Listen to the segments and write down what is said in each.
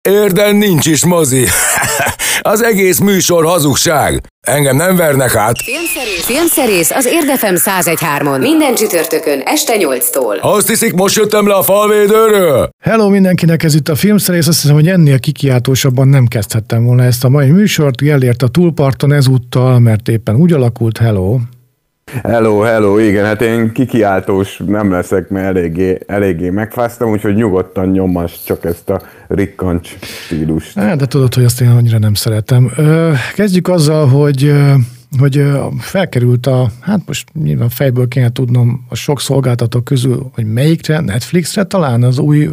Érden nincs is mozi. Az egész műsor hazugság. Engem nem vernek át. Filmszerész az Érd FM 101.3-on. Minden csütörtökön este 8-tól. Azt hiszik, most jöttem le a falvédőről? Hello mindenkinek, ez itt a Filmszerész. Azt hiszem, hogy ennél kikiáltósabban nem kezdhettem volna ezt a mai műsort. Elért a túlparton ezúttal, mert éppen úgy alakult. Hello. Hello, igen, hát én kikiáltós nem leszek, mert eléggé megfáztam, úgyhogy nyugodtan nyomass csak ezt a rikkancs stílust. De tudod, hogy azt én annyira nem szeretem. Kezdjük azzal, hogy felkerült hát most nyilván fejből kéne tudnom a sok szolgáltató közül, hogy melyikre, Netflixre talán az új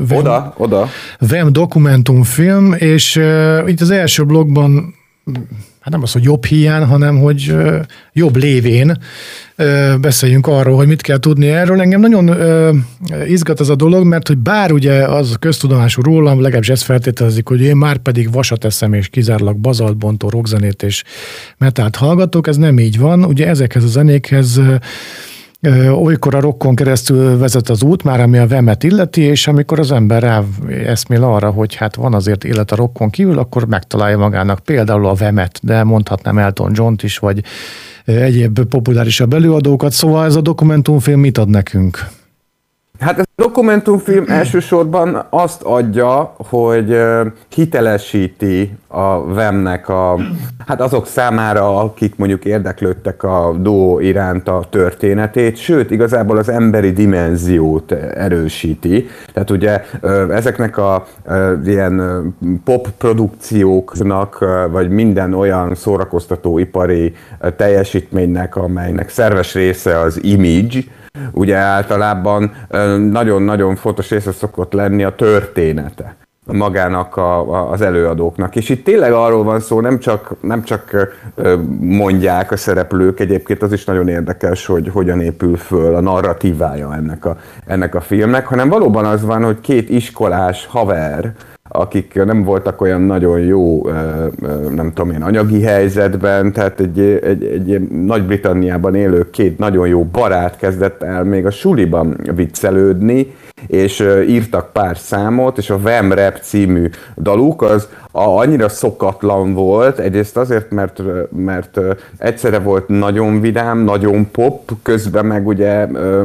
VEM dokumentumfilm, és itt az első blogban hát nem az, hogy jobb hiány, hanem hogy jobb lévén beszéljünk arról, hogy mit kell tudni erről. Engem nagyon izgat ez a dolog, mert hogy bár ugye az köztudomású rólam, legalábbis ezt feltételezik, hogy én már pedig vasat eszem, és kizárólag bazaltbontó rockzenét és metált hallgatok, ez nem így van. Ugye ezekhez a zenékhez olykor a rockon keresztül vezet az út, már ami a VEM-et illeti, és amikor az ember rá eszmél arra, hogy hát van azért élet a rockon kívül, akkor megtalálja magának például a VEM-et, de mondhatnám Elton John-t is, vagy egyéb populárisabb előadókat. Szóval ez a dokumentumfilm mit ad nekünk? Hát ez a dokumentumfilm elsősorban azt adja, hogy hitelesíti a VEM-nek hát azok számára, akik mondjuk érdeklődtek a duó iránt a történetét, sőt, igazából az emberi dimenziót erősíti. Tehát ugye ezeknek a ilyen pop produkcióknak, vagy minden olyan szórakoztató ipari teljesítménynek, amelynek szerves része az image, ugye általában nagyon-nagyon fontos része szokott lenni a története magának az előadóknak. És itt tényleg arról van szó, nem csak mondják a szereplők, egyébként az is nagyon érdekes, hogy hogyan épül föl a narratívája ennek a filmnek, hanem valóban az van, hogy két iskolás haver, akik nem voltak olyan nagyon jó, nem tudom én, anyagi helyzetben, tehát egy Nagy-Britanniában élő két nagyon jó barát kezdett el még a suliban viccelődni, és írtak pár számot, és a VEM Rap című daluk az annyira szokatlan volt, egyrészt azért, mert egyszerre volt nagyon vidám, nagyon pop, közben meg ugye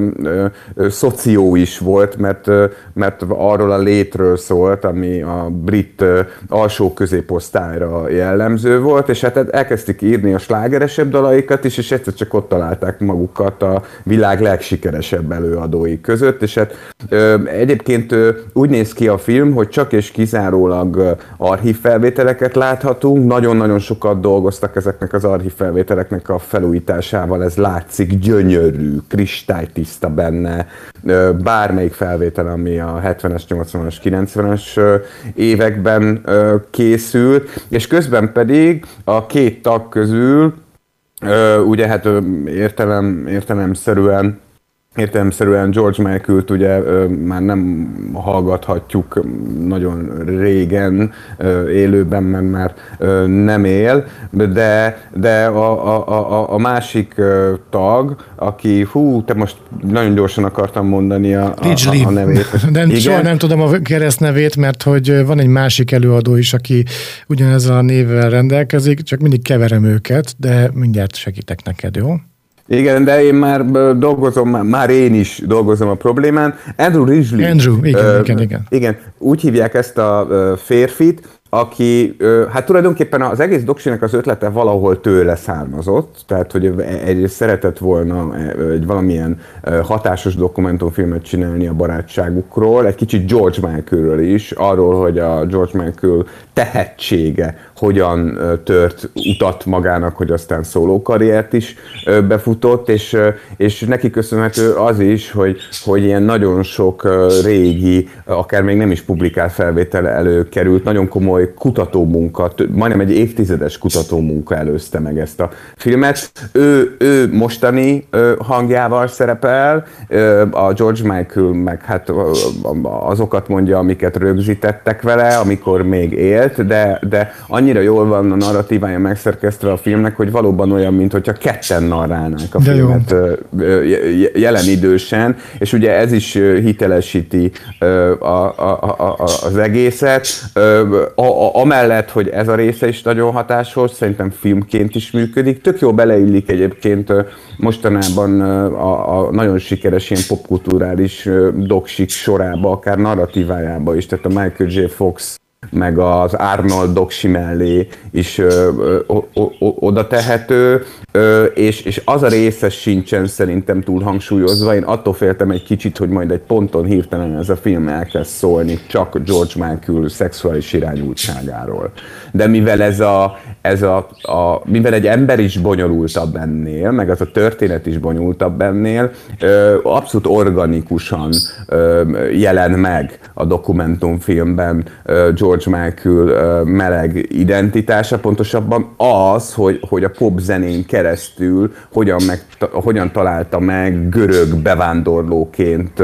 szoció is volt, mert arról a létről szólt, ami a brit alsó középosztályra jellemző volt, és hát elkezdték írni a slágeresebb dalaikat is, és egyszer csak ott találták magukat a világ legsikeresebb előadói között, és hát egyébként úgy néz ki a film, hogy csak és kizárólag archívfelvételeket láthatunk, nagyon-nagyon sokat dolgoztak ezeknek az archívfelvételeknek a felújításával, ez látszik, gyönyörű, kristálytiszta benne, bármelyik felvétel, ami a 70-es, 80-as, 90-es években készült, és közben pedig a két tag közül, ugye hát értelemszerűen George Michael-t ugye már nem hallgathatjuk nagyon régen élőben, mert már nem él, de a másik tag, aki, te most nagyon gyorsan akartam mondani a nevét. De soha nem tudom a keresztnevét, mert hogy van egy másik előadó is, aki ugyanezzel a névvel rendelkezik, csak mindig keverem őket, de mindjárt segítek neked, jó? Igen, de én már én is dolgozom a problémán. Andrew Ridgeley. Igen. Igen, úgy hívják ezt a férfit, aki, hát tulajdonképpen az egész doksinak az ötlete valahol tőle származott, tehát hogy egyrészt szeretett volna egy valamilyen hatásos dokumentumfilmet csinálni a barátságukról, egy kicsit George Michaelről is, arról, hogy a George Michael tehetsége hogyan tört utat magának, hogy aztán szólókarriert is befutott, és neki köszönhető az is, hogy ilyen nagyon sok régi, akár még nem is publikált felvétel előkerült, nagyon komoly komoly kutatómunka, majdnem egy évtizedes kutatómunka előzte meg ezt a filmet. Ő mostani hangjával szerepel, a George Michael meg hát azokat mondja, amiket rögzítettek vele, amikor még élt, de annyira jól van a narratívája megszerkesztve a filmnek, hogy valóban olyan, mint hogyha ketten narrálnánk a filmet jelen idősen, és ugye ez is hitelesíti az egészet. Amellett, hogy ez a része is nagyon hatásos, szerintem filmként is működik. Tök jól beleillik egyébként mostanában a nagyon sikeres ilyen popkulturális doksik sorába, akár narratívájába is, tehát a Michael J. Fox meg az Arnold doksi mellé is oda tehető, és az a része sincsen szerintem túl hangsúlyozva. Én attól féltem egy kicsit, hogy majd egy ponton hirtelen ez a film elkezd szólni csak George Michael szexuális irányultságáról. De mivel mivel egy ember is bonyolultabb ennél, meg az a történet is bonyolultabb ennél, abszolút organikusan jelen meg a dokumentumfilmben George Michael meleg identitása, pontosabban az, hogy a popzenén keresztül hogyan találta meg görög bevándorlóként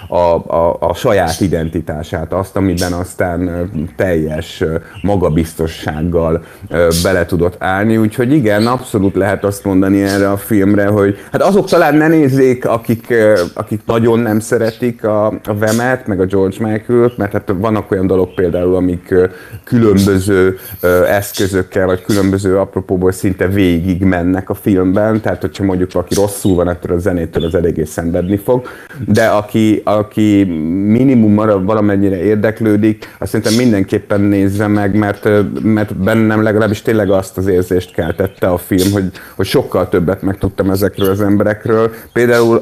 a saját identitását, azt, amiben aztán teljes magabiztossággal bele tudott állni, úgyhogy igen, abszolút lehet azt mondani erre a filmre, hogy hát azok talán ne nézzék, akik nagyon nem szeretik a Vemet, meg a George Michael-t, mert hát vannak olyan dolog például, amik különböző eszközökkel, vagy különböző apropóból szinte végig mennek a filmben, tehát hogyha mondjuk valaki rosszul van ettől a zenétől, az eléggé szenvedni fog, de aki minimum valamennyire érdeklődik, azt szerintem mindenképpen nézze meg, mert bennem legalábbis tényleg azt az érzést keltette a film, hogy sokkal többet megtudtam ezekről az emberekről. Például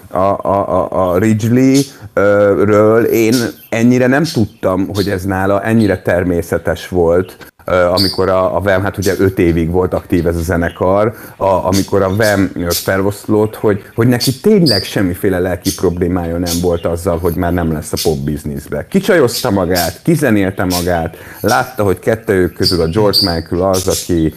a Ridgely-ről én ennyire nem tudtam, hogy ez nála ennyire természetes volt, amikor a Vem, hát ugye 5 évig volt aktív ez a zenekar, amikor a Vem feloszlott, hogy neki tényleg semmiféle lelki problémája nem volt azzal, hogy már nem lesz a popbizniszbe. Kicsajozta magát, kizenélte magát, látta, hogy kettőjük közül a George Michael az, aki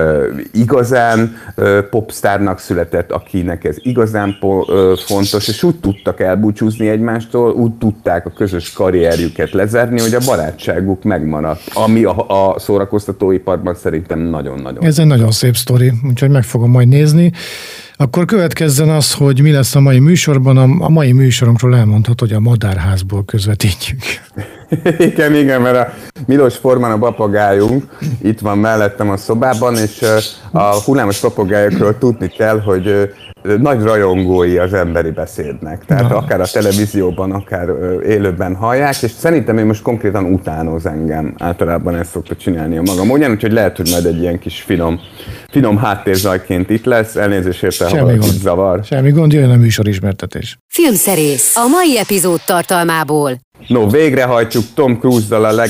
igazán popstárnak született, akinek ez igazán fontos, és úgy tudtak elbúcsúzni egymástól, úgy tudták a közös karrierjüket lezárni, hogy a barátságuk megmaradt, ami a szórakoztatóiparban szerintem nagyon-nagyon. Ez egy nagyon szép sztori, úgyhogy meg fogom majd nézni. Akkor következzen az, hogy mi lesz a mai műsorban. A mai műsorunkról elmondható, hogy a Madárházból közvetítjük. Igen, mert a Milos Forman, a papagájunk itt van mellettem a szobában, és a hullámos papagájokról tudni kell, hogy nagy rajongói az emberi beszédnek. Tehát akár a televízióban, akár élőben hallják, és szerintem én most konkrétan utánoz engem. Általában ezt szokta csinálni a maga módján, úgyhogy lehet, hogy majd egy ilyen kis finom háttérzajként itt lesz. Elnézést érte, ha valakit zavar. Semmi gond, jön a műsorismertetés. Filmszerész a mai epizód tartalmából. No, végrehajtjuk Tom Cruise-dal a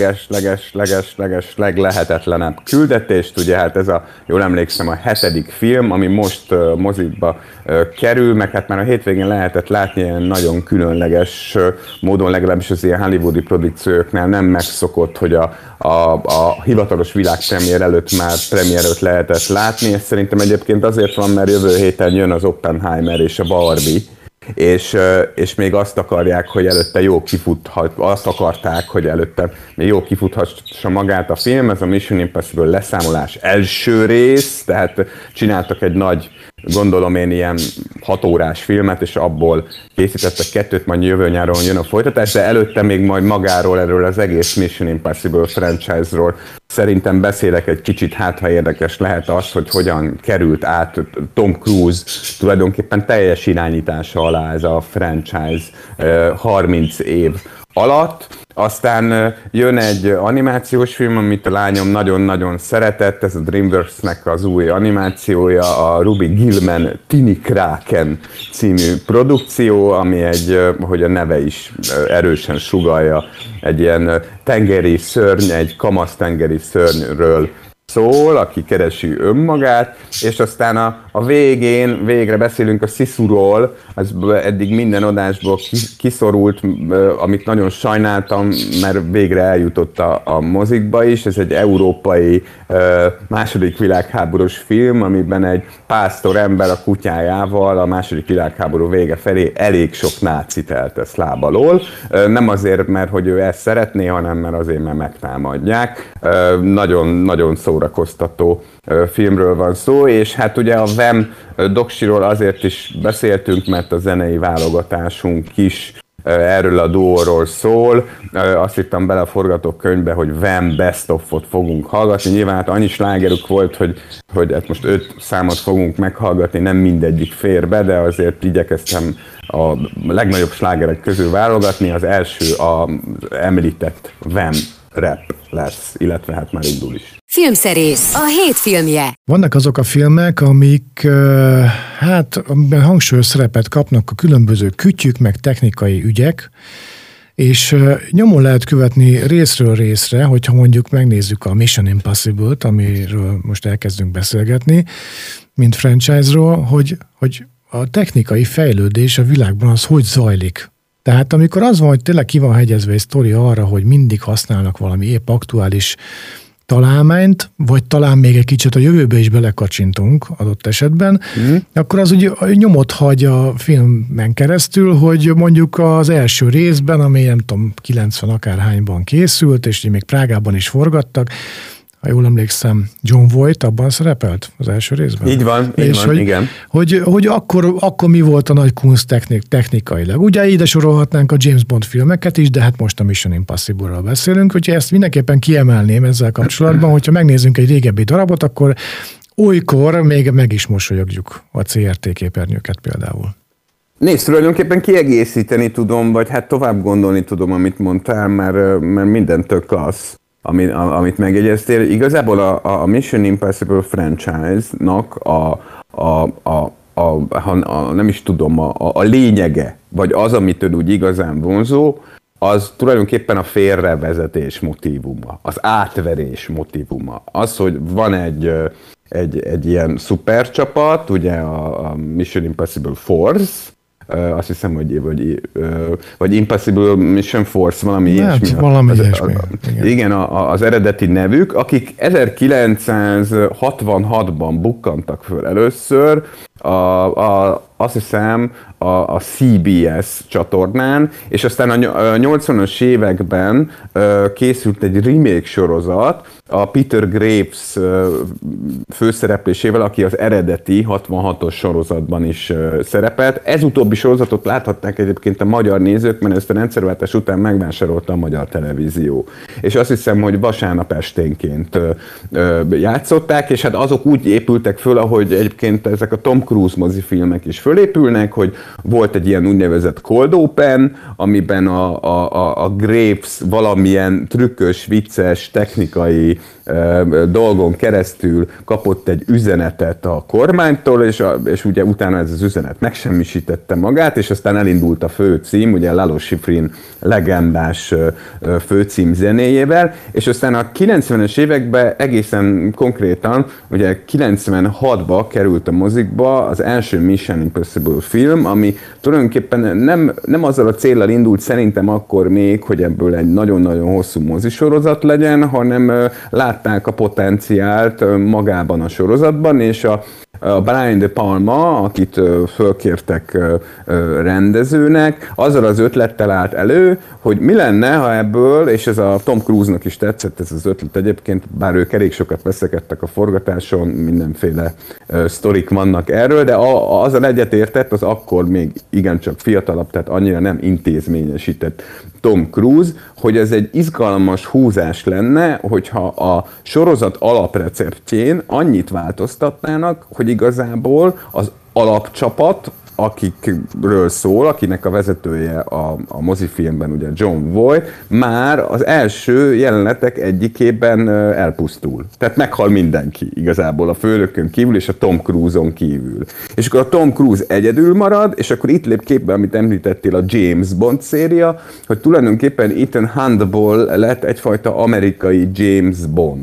leglehetetlenebb küldetést. Ugye hát ez jól emlékszem, a 7. film, ami most mozikba kerül, meg hát már a hétvégén lehetett látni ilyen nagyon különleges módon, legalábbis az ilyen hollywoodi produkcióknál nem megszokott, hogy a hivatalos világpremiér előtt már premiérőt lehetett látni, és szerintem egyébként azért van, mert jövő héten jön az Oppenheimer és a Barbie, és még azt akarták, hogy előtte még jó kifuthassa magát a film, ez a Mission Impossible leszámolás első rész, tehát csináltak egy nagy, gondolom én ilyen 6 órás filmet, és abból készítettek 2, majd jövő nyáron jön a folytatás, de előtte még majd magáról, erről az egész Mission Impossible franchise-ról szerintem beszélek egy kicsit, hát ha érdekes lehet az, hogy hogyan került át Tom Cruise tulajdonképpen teljes irányítása alá ez a franchise 30 év alatt. Aztán jön egy animációs film, amit a lányom nagyon-nagyon szeretett, ez a DreamWorks-nek az új animációja, a Ruby Gillman Tiny Kraken című produkció, ami hogy a neve is erősen sugallja, egy ilyen tengeri szörny, egy kamasz tengeri szörnyről szól, aki keresi önmagát, és aztán a végén végre beszélünk a Sisuról, az eddig minden adásból kiszorult, amit nagyon sajnáltam, mert végre eljutott a mozikba is. Ez egy európai második világháborús film, amiben egy pásztor ember a kutyájával a második világháború vége felé elég sok nácit eltesz lábalól. Nem azért, mert hogy ő ezt szeretné, hanem mert azért, mert megtámadják. Nagyon szórakoztató filmről van szó, és hát ugye a Wham doksiról azért is beszéltünk, mert a zenei válogatásunk is erről a duóról szól. Azt hittem bele a forgatókönyvbe, hogy Wham Best of-ot fogunk hallgatni. Nyilván hát annyi slágerük volt, hogy hát most 5 számot fogunk meghallgatni, nem mindegyik fér be, de azért igyekeztem a legnagyobb slágerek közül válogatni. Az első az említett Wham rap lesz, illetve hát már indul is. Filmszerész, a hét filmje. Vannak azok a filmek, amik amiben hangsúlyos szerepet kapnak a különböző kütyük, meg technikai ügyek, és nyomon lehet követni részről részre, hogyha mondjuk megnézzük a Mission Impossible-t, amiről most elkezdünk beszélgetni, mint franchise-ról, hogy a technikai fejlődés a világban az hogy zajlik. Tehát amikor az van, hogy tényleg ki van hegyezve egy sztori arra, hogy mindig használnak valami épp aktuális találmányt, vagy talán még egy kicsit a jövőbe is belekacsintunk adott esetben, akkor az ugye nyomot hagy a filmen keresztül, hogy mondjuk az első részben, ami nem tudom, 90 akárhányban készült, és még Prágában is forgattak, ha jól emlékszem, John Voight abban szerepelt az első részben. Így van, igen. Hogy akkor mi volt a nagy kunst technikailag. Ugye ide sorolhatnánk a James Bond filmeket is, de hát most a Mission Impossible-ról beszélünk, úgyhogy ezt mindenképpen kiemelném ezzel kapcsolatban, hogyha megnézzünk egy régebbi darabot, akkor olykor még meg is mosolyogjuk a CRT képernyőket például. Nézd, tulajdonképpen kiegészíteni tudom, vagy hát tovább gondolni tudom, amit mondtál, mert minden tök klassz. Amit megjegyeztél. Igazából a Mission Impossible franchise-nak nem is tudom, a lényege, vagy az, amitől úgy igazán vonzó, az tulajdonképpen a félrevezetés motívuma, az átverés motívuma. Az, hogy van egy ilyen szupercsapat, ugye a Mission Impossible Force, azt hiszem, vagy Impossible Mission Force, valami ilyesmi. Valami ilyesmi. Igen, az eredeti nevük, akik 1966-ban bukkantak föl először, azt hiszem a CBS csatornán, és aztán a 80-as években készült egy remake sorozat a Peter Graves főszereplésével, aki az eredeti 66-os sorozatban is szerepelt. Ez utóbbi sorozatot láthatták egyébként a magyar nézők, mert ezt a rendszerváltás után megvásárolta a Magyar Televízió. És azt hiszem, hogy vasárnap esténként játszották, és hát azok úgy épültek föl, ahogy egyébként ezek a Tom Cruise mozifilmek is fölépülnek, hogy volt egy ilyen úgynevezett cold open, amiben a Graves valamilyen trükkös, vicces, technikai dolgon keresztül kapott egy üzenetet a kormánytól, és ugye utána ez az üzenet megsemmisítette magát, és aztán elindult a főcím, ugye Lalo Schifrin legendás főcím zenéjével, és aztán a 90-es években egészen konkrétan, ugye 96-ba került a mozikba az első Mission Impossible film, ami tulajdonképpen nem azzal a céllal indult szerintem akkor még, hogy ebből egy nagyon-nagyon hosszú mozisorozat legyen, hanem látták a potenciált magában a sorozatban, és a Brian De Palma, akit fölkértek rendezőnek, azzal az ötlettel állt elő, hogy mi lenne, ha ebből, és ez a Tom Cruise-nak is tetszett ez az ötlet egyébként, bár ők elég sokat veszekedtek a forgatáson, mindenféle sztorik vannak erről, de azzal egyetértett, az akkor még igencsak fiatalabb, tehát annyira nem intézményesített Tom Cruise, hogy ez egy izgalmas húzás lenne, hogyha a sorozat alapreceptjén annyit változtatnának, hogy igazából az alapcsapat, akikről szól, akinek a vezetője a mozifilmben ugye John Voight, már az első jelenetek egyikében elpusztul. Tehát meghal mindenki igazából a főnökön kívül és a Tom Cruise-on kívül. És akkor a Tom Cruise egyedül marad, és akkor itt lép képbe, amit említettél, a James Bond széria, hogy tulajdonképpen Ethan Huntból lett egyfajta amerikai James Bond.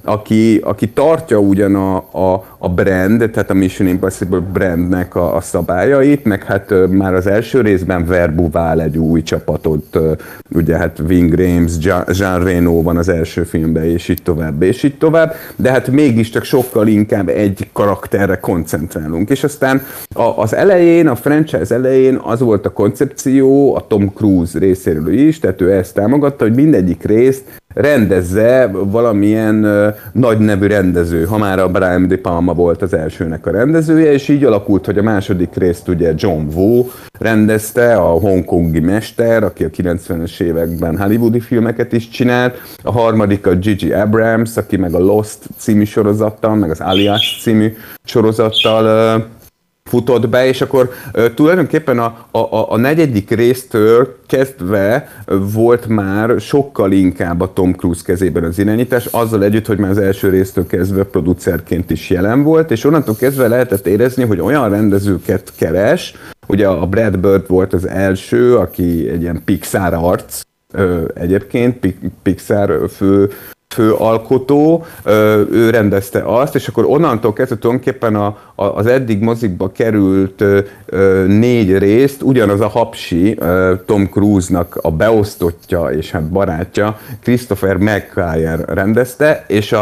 aki tartja ugyan a brand, tehát a Mission Impossible brandnek a szabályait, meg hát már az első részben verbuvál egy új csapatot, ugye hát Ving Rhames, Jean Reno van az első filmben, és így tovább, de hát mégiscsak sokkal inkább egy karakterre koncentrálunk. És aztán az elején, a franchise elején az volt a koncepció, a Tom Cruise részéről is, tehát ő ezt támogatta, hogy mindegyik részt rendezze valamilyen nagy nevű rendező, ha már a Brian De Palma volt az elsőnek a rendezője, és így alakult, hogy a második részt ugye John Woo rendezte, a hongkongi mester, aki a 90-es években hollywoodi filmeket is csinált, a harmadik a J.J. Abrams, aki meg a Lost című sorozattal, meg az Alias című sorozattal futott be, és akkor tulajdonképpen a negyedik résztől kezdve volt már sokkal inkább a Tom Cruise kezében az irányítás, azzal együtt, hogy már az első résztől kezdve producerként is jelen volt, és onnantól kezdve lehetett érezni, hogy olyan rendezőket keres, ugye a Brad Bird volt az első, aki egy ilyen Pixar arc, egyébként Pixar fő alkotó, ő rendezte azt, és akkor onnantól kezdve tulajdonképpen az eddig mozikba került 4 részt ugyanaz a hapsi Tom Cruise-nak a beosztottja és hát barátja Christopher McQuarrie rendezte, és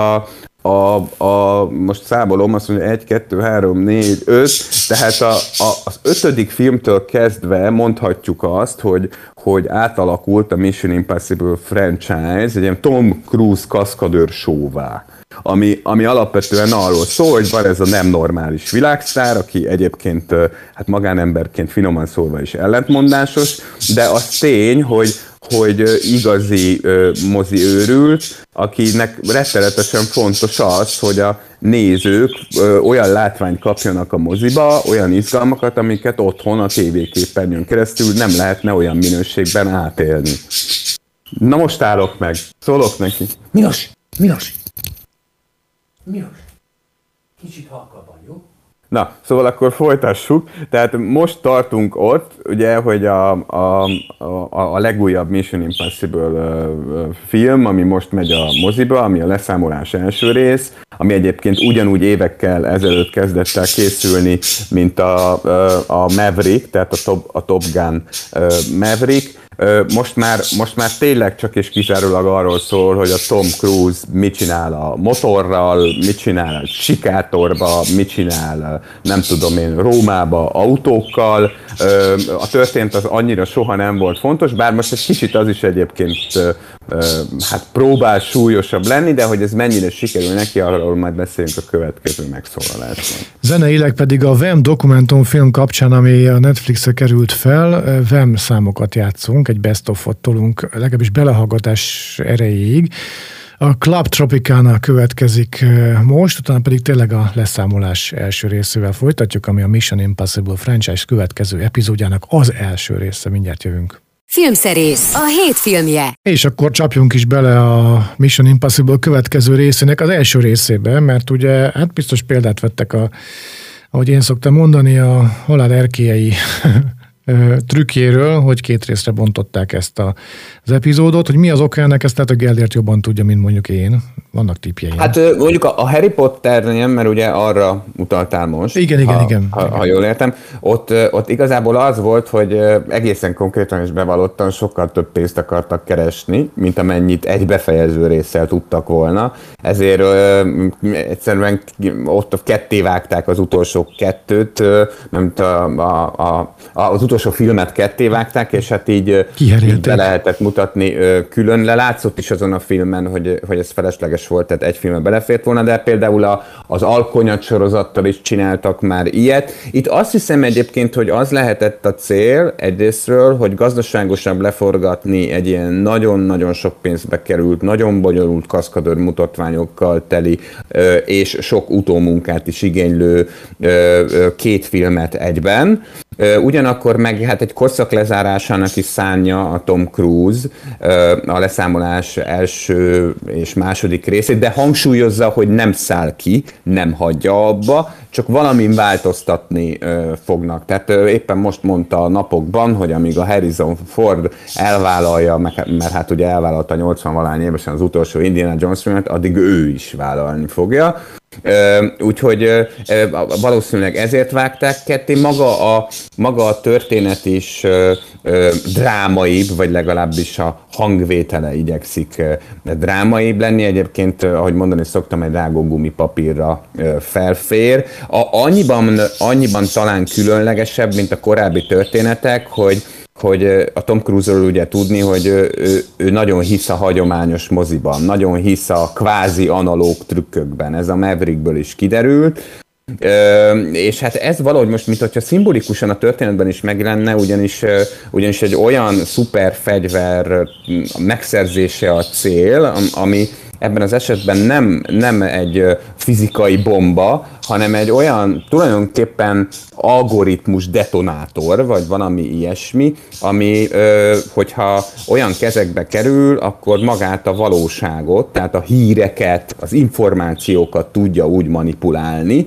most számolom, azt mondja 1, 2, 3, 4, 5, tehát az 5. filmtől kezdve mondhatjuk azt, hogy átalakult a Mission Impossible franchise egy ilyen Tom Cruise kaszkadőr showvá. Ami alapvetően arról szól, hogy van ez a nem normális világsztár, aki egyébként hát magánemberként finoman szólva is ellentmondásos, de az tény, hogy igazi mozi őrült, akinek rettenetesen fontos az, hogy a nézők olyan látványt kapjanak a moziba, olyan izgalmakat, amiket otthon a tévéképernyőn keresztül nem lehetne olyan minőségben átélni. Na most állok meg, szólok neki. Milos! Kicsit halkabban, jó? Na, szóval akkor folytassuk. Tehát most tartunk ott, ugye, hogy a legújabb Mission Impossible film, ami most megy a moziba, ami a leszámolás első rész, ami egyébként ugyanúgy évekkel ezelőtt kezdett el készülni, mint a Maverick, tehát a Top Gun Maverick. Most már tényleg csak és kizárólag arról szól, hogy a Tom Cruise mit csinál a motorral, mit csinál a sikátorba, mit csinál, nem tudom én, Rómába autókkal. A történet az annyira soha nem volt fontos, bár most egy kicsit az is egyébként hát próbál súlyosabb lenni, de hogy ez mennyire sikerül neki, arról majd beszélünk a következő megszólalásban. Zeneileg pedig a VEM dokumentumfilm kapcsán, ami a Netflixre került fel, VEM számokat játszunk, egy best of-ot tolunk, legalábbis belehallgatás erejéig. A Club Tropicana következik most, utána pedig tényleg a leszámolás első részével folytatjuk, ami a Mission Impossible franchise következő epizódjának az első része. Mindjárt jövünk. Filmszerész, a hét filmje. És akkor csapjunk is bele a Mission Impossible következő részének az első részébe, mert ugye hát biztos példát vettek ahogy én szoktam mondani, a halál erkélyei trükkjéről, hogy 2 részre bontották ezt az epizódot, hogy mi az oka ennek, ezt lehet a Gellért jobban tudja, mint mondjuk én. Vannak tippjeim. Hát mondjuk a Harry Potternél, mert ugye arra utaltál most. Igen. Ha jól értem. Ott igazából az volt, hogy egészen konkrétan és bevallottan sokkal több pénzt akartak keresni, mint amennyit egy befejező résszel tudtak volna. Ezért egyszerűen ott ketté vágták az utolsó 2-t, nem az utolsó filmet ketté vágták, és hát így be lehetett mutatni külön. Látszott is azon a filmen, hogy ez felesleges volt, tehát egy filmbe belefért volna, de például az Alkonyat sorozattal is csináltak már ilyet. Itt azt hiszem egyébként, hogy az lehetett a cél egyrésztről, hogy gazdaságosabb leforgatni egy ilyen nagyon-nagyon sok pénzbe került, nagyon bonyolult kaszkadőr mutatványokkal teli, és sok utómunkát is igénylő 2 filmet egyben. Ugyanakkor meg hát egy korszak lezárásának is szánja a Tom Cruise a leszámolás első és második részét, de hangsúlyozza, hogy nem száll ki, nem hagyja abba, csak valamin változtatni fognak. Tehát éppen most mondta a napokban, hogy amíg a Harrison Ford elvállalja, mert hát ugye elvállalta 80-valány évesen az utolsó Indiana Jones filmet, addig ő is vállalni fogja. Úgyhogy valószínűleg ezért vágták ketté. Maga a történet is drámaibb, vagy legalábbis a hangvétele igyekszik drámaibb lenni. Egyébként, ahogy mondani szoktam, egy rágó gumipapírra felfér. Annyiban talán különlegesebb, mint a korábbi történetek, hogy a Tom Cruise-ról ugye tudni, hogy ő nagyon hisz a hagyományos moziban, nagyon hisz a kvázi analóg trükkökben. Ez a Maverickből is kiderült. És hát ez valahogy most, mint hogyha szimbolikusan a történetben is megjelenne, ugyanis egy olyan szuper fegyver megszerzése a cél, ami ebben az esetben nem egy fizikai bomba, hanem egy olyan tulajdonképpen algoritmus detonátor, vagy valami ilyesmi, ami, hogyha olyan kezekbe kerül, akkor magát a valóságot, tehát a híreket, az információkat tudja úgy manipulálni,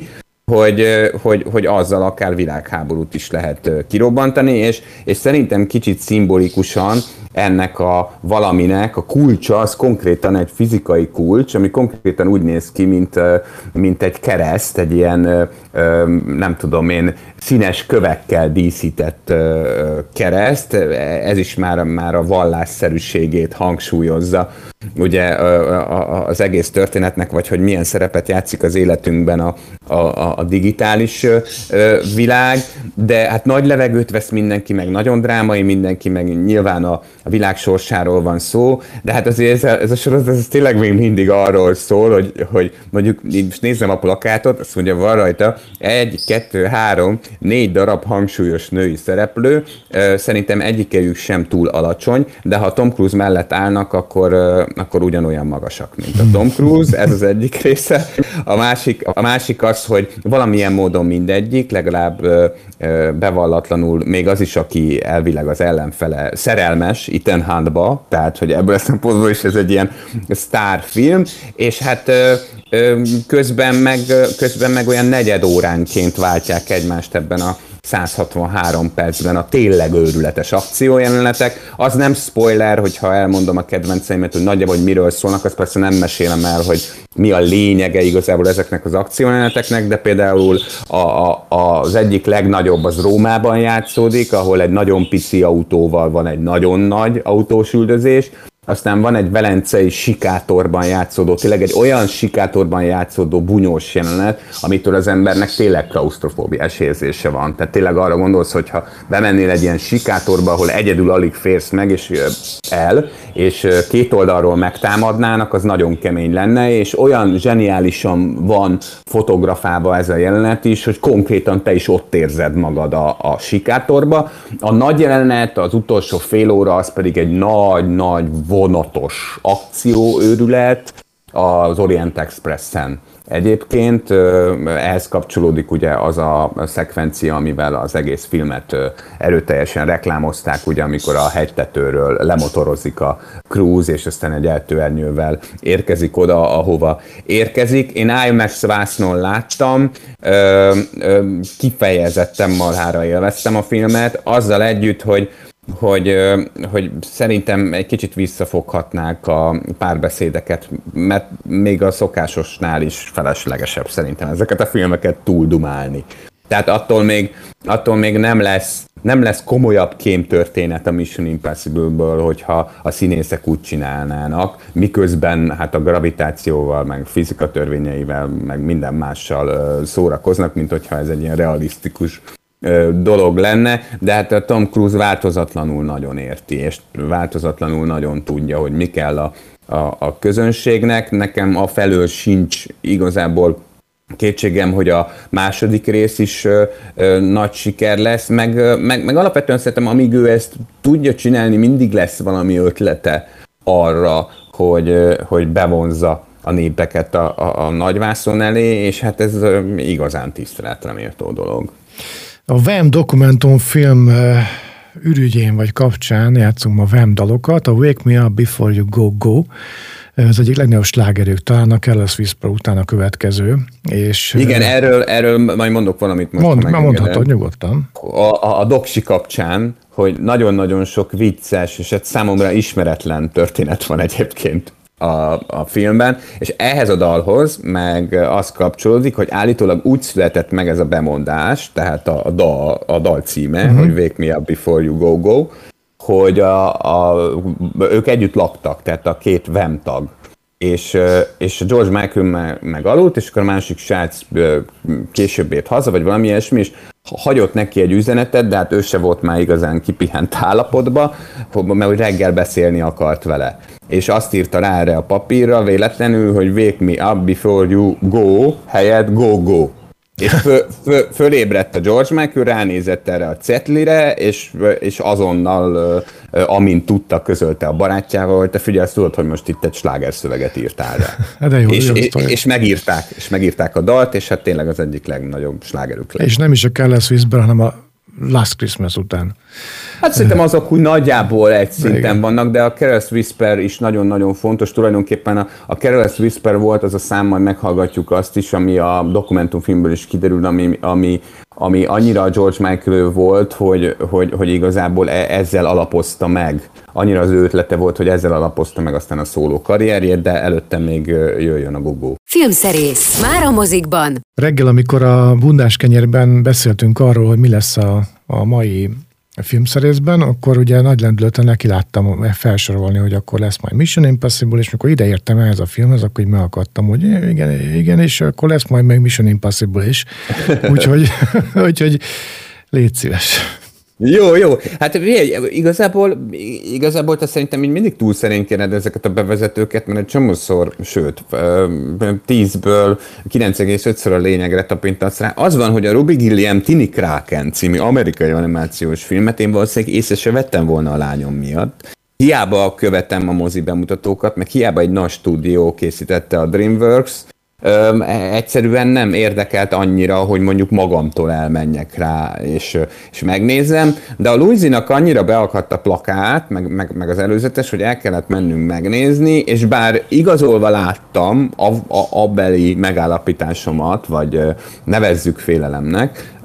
hogy azzal akár világháborút is lehet kirobbantani, és szerintem kicsit szimbolikusan ennek a valaminek a kulcsa, az konkrétan egy fizikai kulcs, ami konkrétan úgy néz ki, mint egy kereszt, egy ilyen, nem tudom én, színes kövekkel díszített kereszt. Ez is már a vallásszerűségét hangsúlyozza ugye az egész történetnek, vagy hogy milyen szerepet játszik az életünkben a digitális világ, de hát nagy levegőt vesz mindenki, meg nagyon drámai mindenki, meg nyilván a világ sorsáról van szó, de hát azért ez a sorozat ez tényleg még mindig arról szól, hogy mondjuk most nézzem a plakátot, azt mondja, van rajta 1, 2, 3, 4 darab hangsúlyos női szereplő, szerintem egyikejük sem túl alacsony, de ha Tom Cruise mellett állnak, akkor ugyanolyan magasak, mint a Tom Cruise, ez az egyik része. A másik az, hogy valamilyen módon mindegyik, legalább bevallatlanul még az is, aki elvileg az ellenfele szerelmes Ethan Huntba, tehát hogy ebből a szempontból is ez egy ilyen sztárfilm, és hát közben meg olyan negyed óránként váltják egymást ebben a 163 percben a tényleg őrületes akciójelenetek. Az nem spoiler, hogyha elmondom a kedvenceimet, hogy nagyjából, hogy miről szólnak, azt persze nem mesélem el, hogy mi a lényege igazából ezeknek az akciójeleneteknek, de például az egyik legnagyobb az Rómában játszódik, ahol egy nagyon pici autóval van egy nagyon nagy autós üldözés, aztán van egy velencei sikátorban játszódó, tényleg egy olyan sikátorban játszódó bunyós jelenet, amitől az embernek tényleg klausztrofóbiás érzése van. Tehát tényleg arra gondolsz, hogyha bemennél egy ilyen sikátorba, ahol egyedül alig férsz meg, és két oldalról megtámadnának, az nagyon kemény lenne, és olyan zseniálisan van fotografálva ez a jelenet is, hogy konkrétan te is ott érzed magad a sikátorba. A nagy jelenet, az utolsó fél óra, az pedig egy nagy vonatos akcióőrület az Orient Expressen. Egyébként ehhez kapcsolódik ugye az a szekvencia, amivel az egész filmet erőteljesen reklámozták, ugye amikor a hegytetőről lemotorozik a Cruise, és aztán egy eltőernyővel érkezik oda, ahova érkezik. Én IMAX vásznon láttam, kifejezetten marhára élveztem a filmet, azzal együtt, hogy szerintem egy kicsit visszafoghatnák a párbeszédeket, mert még a szokásosnál is feleslegesebb szerintem ezeket a filmeket túldumálni. Tehát attól még nem lesz komolyabb kémtörténet a Mission Impossible-ből, hogyha a színészek úgy csinálnának, miközben hát a gravitációval, meg fizika törvényeivel, meg minden mással szórakoznak, mint hogyha ez egy ilyen realisztikus dolog lenne, de hát a Tom Cruise változatlanul nagyon érti, és változatlanul nagyon tudja, hogy mi kell a közönségnek. Nekem afelől sincs igazából kétségem, hogy a második rész is nagy siker lesz, meg alapvetően szerintem, amíg ő ezt tudja csinálni, mindig lesz valami ötlete arra, hogy bevonzza a népeket a nagyvászon elé, és hát ez igazán tiszteletre méltó dolog. A Wham dokumentumfilm ürügyén vagy kapcsán játszunk ma Wham dalokat. A Wake Me Up Before You Go Go az egyik legnagyobb slágerük, talán a Careless Whisper után a következő. És, igen, erről majd mondok valamit most. Mondhatod nyugodtan. A doksi kapcsán, hogy nagyon-nagyon sok vicces, és egy számomra ismeretlen történet van egyébként a filmben, és ehhez a dalhoz meg az kapcsolódik, hogy állítólag úgy született meg ez a bemondás, tehát a dal címe, hogy Wake Me Up Before You Go Go, hogy ők együtt laktak, tehát a két Wham tag. És George Michael meg aludt, és akkor a másik srác később ért haza, vagy valami ilyesmi, és hagyott neki egy üzenetet, de hát ő se volt már igazán kipihent állapotba, mert hogy reggel beszélni akart vele. És azt írta rá erre a papírra véletlenül, hogy wake me up before you go, helyett go. És fölébredt a George Michael, ránézett erre a cetlire, és azonnal, amint tudta, közölte a barátjával, hogy te figyelj, tudod, hogy most itt egy slágerszöveget írtál rá. De jó, és megírták a dalt, és hát tényleg az egyik legnagyobb slágerük lett. És nem is a Careless Whisper, hanem a Last Christmas után. Hát szerintem azok úgy nagyjából egy szinten vannak, de a Careless Whisper is nagyon-nagyon fontos. Tulajdonképpen a Careless Whisper volt az a szám, majd meghallgatjuk azt is, ami a dokumentumfilmből is kiderül, ami annyira a George Michael volt, hogy igazából ezzel alapozta meg. Annyira az ő ötlete volt, hogy ezzel alapozta meg aztán a szóló karrierjét, de előtte még jöjjön a Go-Go. Filmszerész. Már a mozikban. Reggel, amikor a Bundás kenyérben beszéltünk arról, hogy mi lesz a mai filmszerészben, akkor ugye nagy lendületen neki láttam felsorolni, hogy akkor lesz majd Mission Impossible, és mikor ide értem ehhez a filmhez, akkor így megakadtam, hogy igen, és akkor lesz majd meg Mission Impossible is. Úgyhogy légy szíves. Jó. Hát igazából te szerintem így mindig túl szerénykéred ezeket a bevezetőket, mert egy csomószor, sőt, 10-ből 9,5-ször a lényegre tapintasz rá. Az van, hogy a Robbie Williams Tini Kraken című amerikai animációs filmet én valószínűleg észre se vettem volna a lányom miatt. Hiába követem a mozi bemutatókat, meg hiába egy nagy stúdió készítette a DreamWorks, egyszerűen nem érdekelt annyira, hogy mondjuk magamtól elmenjek rá, és megnézem, de a Louisinak annyira beakadt a plakát, meg az előzetes, hogy el kellett mennünk megnézni, és bár igazolva láttam abbeli megállapításomat, vagy nevezzük félelemnek,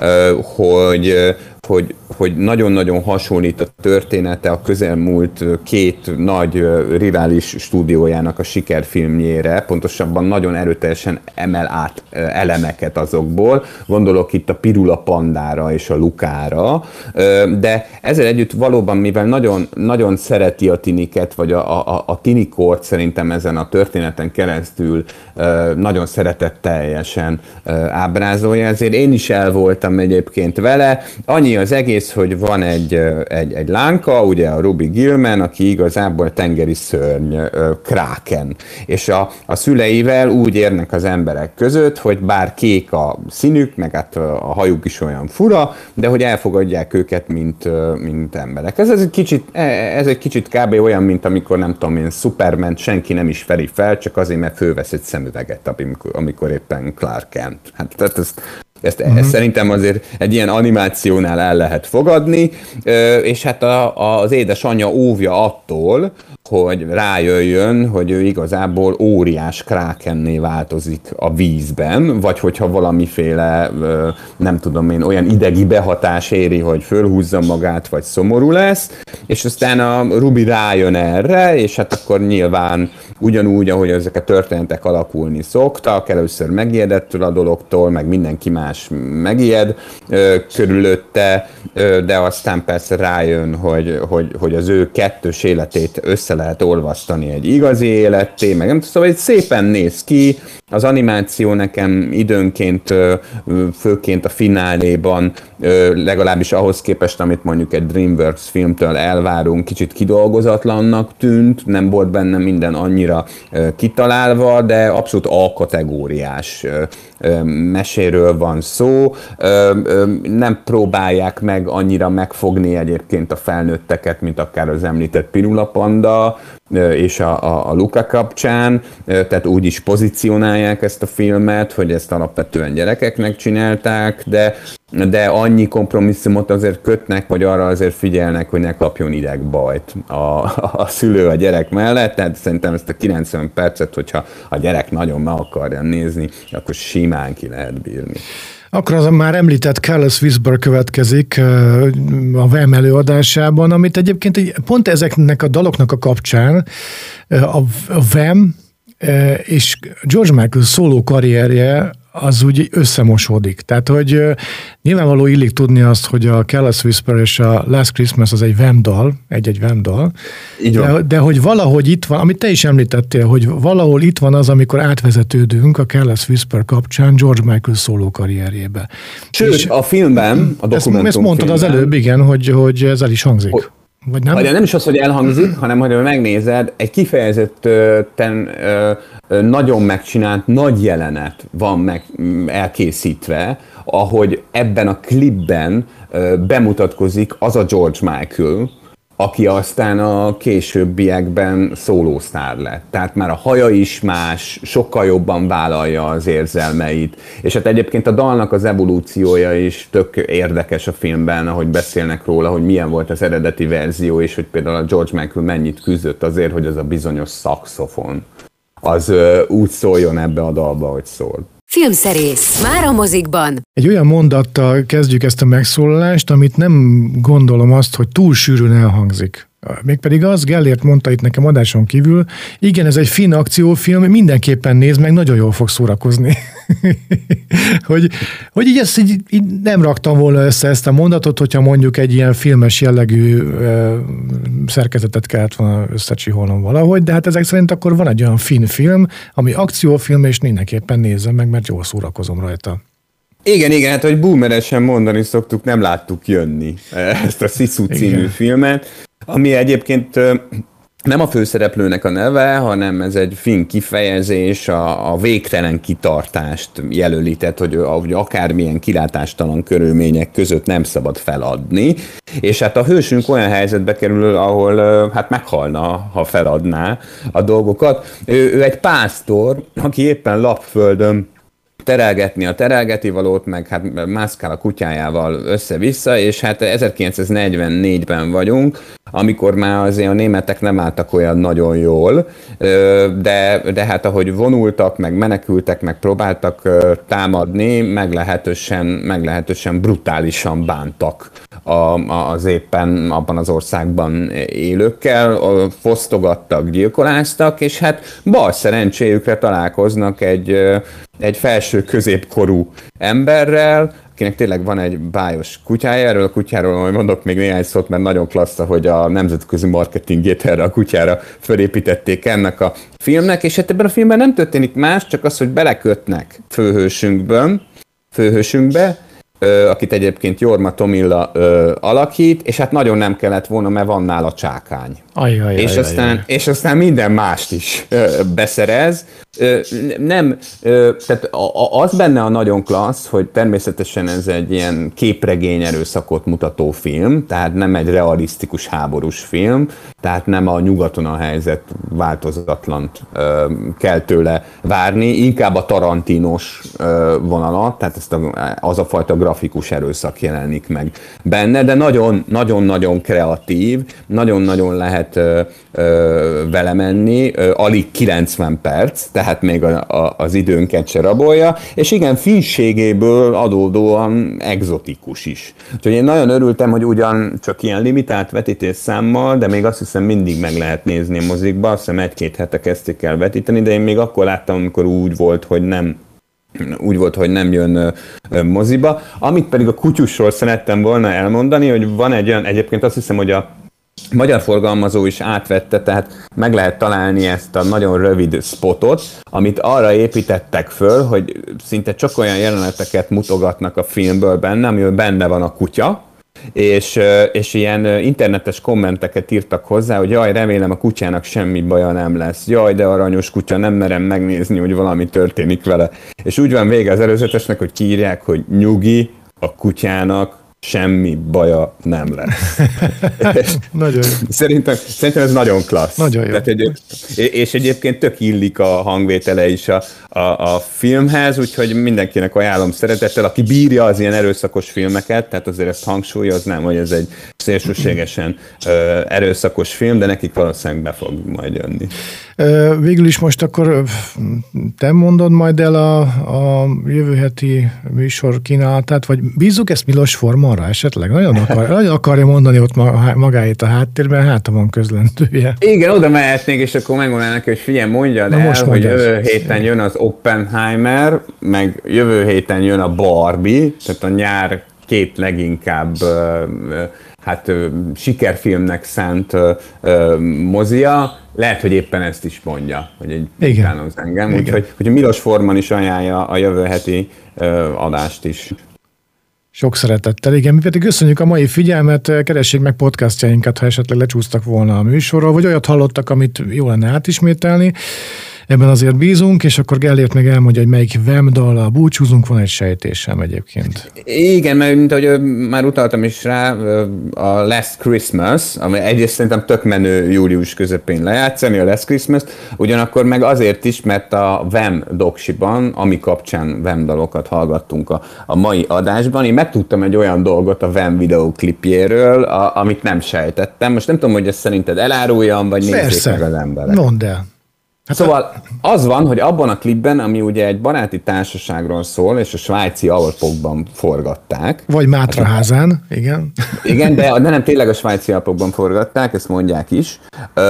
hogy nagyon-nagyon hasonlít a története a közelmúlt két nagy rivális stúdiójának a sikerfilmjére, pontosabban nagyon erőteljesen emel át elemeket azokból, gondolok itt a Pirula Pandára és a Lukára, de ezzel együtt valóban, mivel nagyon, nagyon szereti a tiniket, vagy a tinikort szerintem ezen a történeten keresztül nagyon szeretetteljesen ábrázolja, ezért én is el voltam egyébként vele. Annyi az egész, hogy van egy lánka, ugye a Ruby Gillman, aki igazából tengeri szörny, Kraken. És a szüleivel úgy érnek az emberek között, hogy bár kék a színük, meg hát a hajuk is olyan fura, de hogy elfogadják őket, mint emberek. Ez egy kicsit kb. Olyan, mint amikor nem tudom én, Superman senki nem is feri fel, csak azért, mert fölvesz egy szemüveget, amikor éppen Clark Kent. Hát ezt szerintem azért egy ilyen animációnál el lehet fogadni, és hát az édesanyja óvja attól, hogy rájöjjön, hogy ő igazából óriás krákenné változik a vízben, vagy hogyha valamiféle, nem tudom én, olyan idegi behatás éri, hogy fölhúzza magát, vagy szomorú lesz, és aztán a Ruby rájön erre, és hát akkor nyilván ugyanúgy, ahogy ezek a történetek alakulni szoktak, először megijedettől a dologtól, meg mindenki más megijed körülötte, de aztán persze rájön, hogy az ő kettős életét össze lehet olvasztani egy igazi életté, meg nem tudom, szóval szépen néz ki, az animáció nekem időnként, főként a fináléban, legalábbis ahhoz képest, amit mondjuk egy DreamWorks filmtől elvárunk, kicsit kidolgozatlannak tűnt, nem volt benne minden annyira kitalálva, de abszolút A-kategóriás meséről van szó. Nem próbálják meg annyira megfogni egyébként a felnőtteket, mint akár az említett Pirula Panda, Luca és a Luca kapcsán, tehát úgy is pozícionálják ezt a filmet, hogy ezt alapvetően gyerekeknek csinálták, de annyi kompromisszumot azért kötnek, hogy arra azért figyelnek, hogy ne kapjon idegbajt a szülő a gyerek mellett, tehát szerintem ezt a 90 percet, hogyha a gyerek nagyon meg akarja nézni, akkor simán ki lehet bírni. Akkor az a már említett Careless Whisper következik a Wham előadásában, amit egyébként pont ezeknek a daloknak a kapcsán a Wham és George Michael szóló karrierje az úgy összemosódik. Tehát, hogy nyilvánvaló illik tudni azt, hogy a Careless Whisper és a Last Christmas az egy Wham dal, egy Wham dal, de hogy valahogy itt van, amit te is említettél, hogy valahol itt van az, amikor átvezetődünk a Careless Whisper kapcsán George Michael szóló karrierjébe. Sőt, és a filmben, a dokumentumfilmben... Ezt mondtad az előbb, igen, hogy ez el is hangzik. Vagy nem? Nem is az, hogy elhangzik, hanem hogy megnézed, egy kifejezetten nagyon megcsinált, nagy jelenet van elkészítve, ahogy ebben a klipben bemutatkozik az a George Michael, aki aztán a későbbiekben szólósztár lett. Tehát már a haja is más, sokkal jobban vállalja az érzelmeit. És hát egyébként a dalnak az evolúciója is tök érdekes a filmben, ahogy beszélnek róla, hogy milyen volt az eredeti verzió, és hogy például a George Michael mennyit küzdött azért, hogy az a bizonyos szaxofon az úgy szóljon ebbe a dalba, hogy szól. Filmszerész. Már a mozikban. Egy olyan mondattal kezdjük ezt a megszólalást, amit nem gondolom azt, hogy túl sűrűn elhangzik. Mégpedig az, Gellért mondta itt nekem adáson kívül, igen, ez egy finn akciófilm, mindenképpen nézd meg, nagyon jól fog szórakozni. hogy így ezt így nem raktam volna össze ezt a mondatot, hogyha mondjuk egy ilyen filmes jellegű szerkezetet kellett volna összecsiholnom valahogy, de hát ezek szerint akkor van egy olyan finn film, ami akciófilm, és mindenképpen nézzem meg, mert jól szórakozom rajta. Igen, hát hogy boomeresen mondani szoktuk, nem láttuk jönni ezt a Sisu című filmet, ami egyébként nem a főszereplőnek a neve, hanem ez egy finn kifejezés, a végtelen kitartást jelöli, tehát hogy akármilyen kilátástalan körülmények között nem szabad feladni, és hát a hősünk olyan helyzetbe kerül, ahol hát meghalna, ha feladná a dolgokat. Ő egy pásztor, aki éppen lapföldön terelgetni a terelgetivalót, meg hát mászkál a kutyájával össze-vissza, és hát 1944-ben vagyunk, amikor már azért a németek nem álltak olyan nagyon jól, de hát ahogy vonultak, meg menekültek, meg próbáltak támadni, meglehetősen brutálisan bántak az éppen abban az országban élőkkel, fosztogattak, gyilkoláztak, és hát bal szerencséjükre találkoznak egy felső középkorú emberrel, akinek tényleg van egy bájos kutyája, erről a kutyáról majd mondok még néhány szót, mert nagyon klassz, hogy a nemzetközi marketingét erre a kutyára fölépítették ennek a filmnek, és hát ebben a filmben nem történik más, csak az, hogy belekötnek főhősünkbe, akit egyébként Jorma Tomilla alakít, és hát nagyon nem kellett volna, mert van nála csákány. És aztán minden mást is beszerez. Tehát az benne a nagyon klassz, hogy természetesen ez egy ilyen képregény erőszakot mutató film, tehát nem egy realisztikus háborús film, tehát nem a nyugaton a helyzet változatlant kell tőle várni, inkább a tarantinos vonalat, tehát az a fajta grafikus erőszak jelenik meg benne, de nagyon-nagyon kreatív, nagyon-nagyon lehet vele menni, alig 90 perc, tehát még az időnket se rabolja, és igen, finnségéből adódóan egzotikus is. Úgyhogy én nagyon örültem, hogy ugyan csak ilyen limitált vetítésszámmal, de még azt hiszem mindig meg lehet nézni a mozikba, azt hiszem 1-2 hete kezdték el vetíteni, de én még akkor láttam, amikor úgy volt, hogy nem jön moziba. Amit pedig a kutyusról szerettem volna elmondani, hogy van egy olyan, egyébként azt hiszem, hogy a magyar forgalmazó is átvette, tehát meg lehet találni ezt a nagyon rövid spotot, amit arra építettek föl, hogy szinte csak olyan jeleneteket mutogatnak a filmből benne, amiben benne van a kutya, és ilyen internetes kommenteket írtak hozzá, hogy jaj, remélem a kutyának semmi baja nem lesz, jaj, de aranyos kutya, nem merem megnézni, hogy valami történik vele. És úgy van vége az előzetesnek, hogy kiírják, hogy nyugi, a kutyának semmi baja nem lesz. Nagyon jó. Szerintem ez nagyon klassz. Nagyon jó. És egyébként tök illik a hangvétele is a filmhez, úgyhogy mindenkinek ajánlom szeretettel, aki bírja az ilyen erőszakos filmeket, tehát azért ezt hangsúlyoznám, hogy ez egy szélsőségesen erőszakos film, de nekik valószínűleg be fog majd jönni. Végül is most akkor te mondod majd el a jövő heti műsor kínálatát, vagy bízzuk ezt Milos Formanra esetleg? Nagyon akarja mondani ott magáét a háttérben, hát ha van közlentője. Igen, oda mehetnék, és akkor megmondanám neki, hogy figyelj, mondjad el, hogy jövő héten jön az Oppenheimer, meg jövő héten jön a Barbie, tehát a nyár két leginkább sikerfilmnek szánt mozia. Lehet, hogy éppen ezt is mondja, hogy egy utánoz engem. Úgyhogy Milos Forman is ajánlja a jövő heti adást is. Sok szeretettel, igen. Mi pedig köszönjük a mai figyelmet, keressék meg podcastjainkat, ha esetleg lecsúsztak volna a műsorról, vagy olyat hallottak, amit jó lenne átismételni. Ebben azért bízunk, és akkor Gellért meg elmondja, hogy melyik Wham dallal búcsúzunk, van egy sejtésem egyébként. Igen, mert mint ahogy már utaltam is rá, a Last Christmas, ami egyrészt szerintem tök menő július közepén lejátszani, a Last Christmas-t, ugyanakkor meg azért is, mert a Wham doksiban, ami kapcsán Wham dalokat hallgattunk a mai adásban, én megtudtam egy olyan dolgot a Wham videóklipjéről, amit nem sejtettem. Most nem tudom, hogy ezt szerinted eláruljam, vagy nézzék meg az emberek. Mondd el. Szóval az van, hogy abban a klipben, ami ugye egy baráti társaságról szól, és a svájci Alpokban forgatták. Vagy Mátraházán, igen. Igen, de nem tényleg a svájci Alpokban forgatták, ezt mondják is.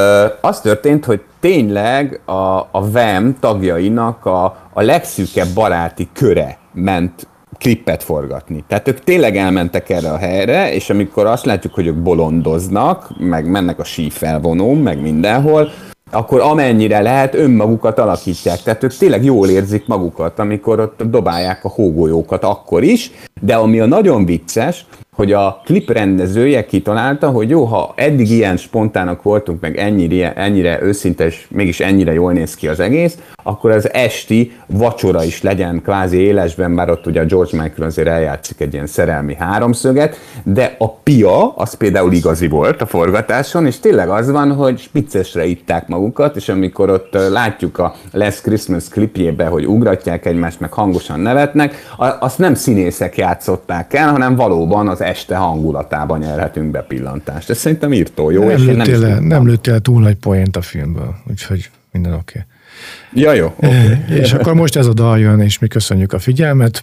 Az történt, hogy tényleg a Wham tagjainak a legszűkebb baráti köre ment klippet forgatni. Tehát ők tényleg elmentek erre a helyre, és amikor azt látjuk, hogy ők bolondoznak, meg mennek a sífelvonón, meg mindenhol, akkor amennyire lehet önmagukat alakítják. Tehát ők tényleg jól érzik magukat, amikor ott dobálják a hógolyókat akkor is, de ami a nagyon vicces, hogy a klip rendezője kitalálta, hogy jó, ha eddig ilyen spontának voltunk, meg ennyire őszinte, és mégis ennyire jól néz ki az egész, akkor az esti vacsora is legyen kvázi élesben, bár ott ugye a George Michael azért eljátszik egy ilyen szerelmi háromszöget, de a pia, az például igazi volt a forgatáson, és tényleg az van, hogy spiccesre itták magukat, és amikor ott látjuk a Last Christmas klipjébe, hogy ugratják egymást, meg hangosan nevetnek, azt nem színészek játszották el, hanem valóban az este hangulatában nyerhetünk be pillantást. Ez szerintem írtó jó. Nem lőttél túl nagy poént a filmből, úgyhogy minden oké. Ja, jó. Okay. És akkor most ez a dal jön, és mi köszönjük a figyelmet.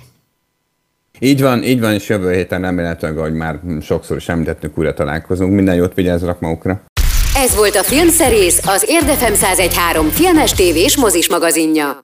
Így van, és jövő héten remélhetőleg, ahogy már sokszor is említettünk, újra találkozunk. Minden jót, vigyázzanak magukra. Ez volt a Filmszerész, az Érdefem 101.3 filmes, tévés, mozis magazinja.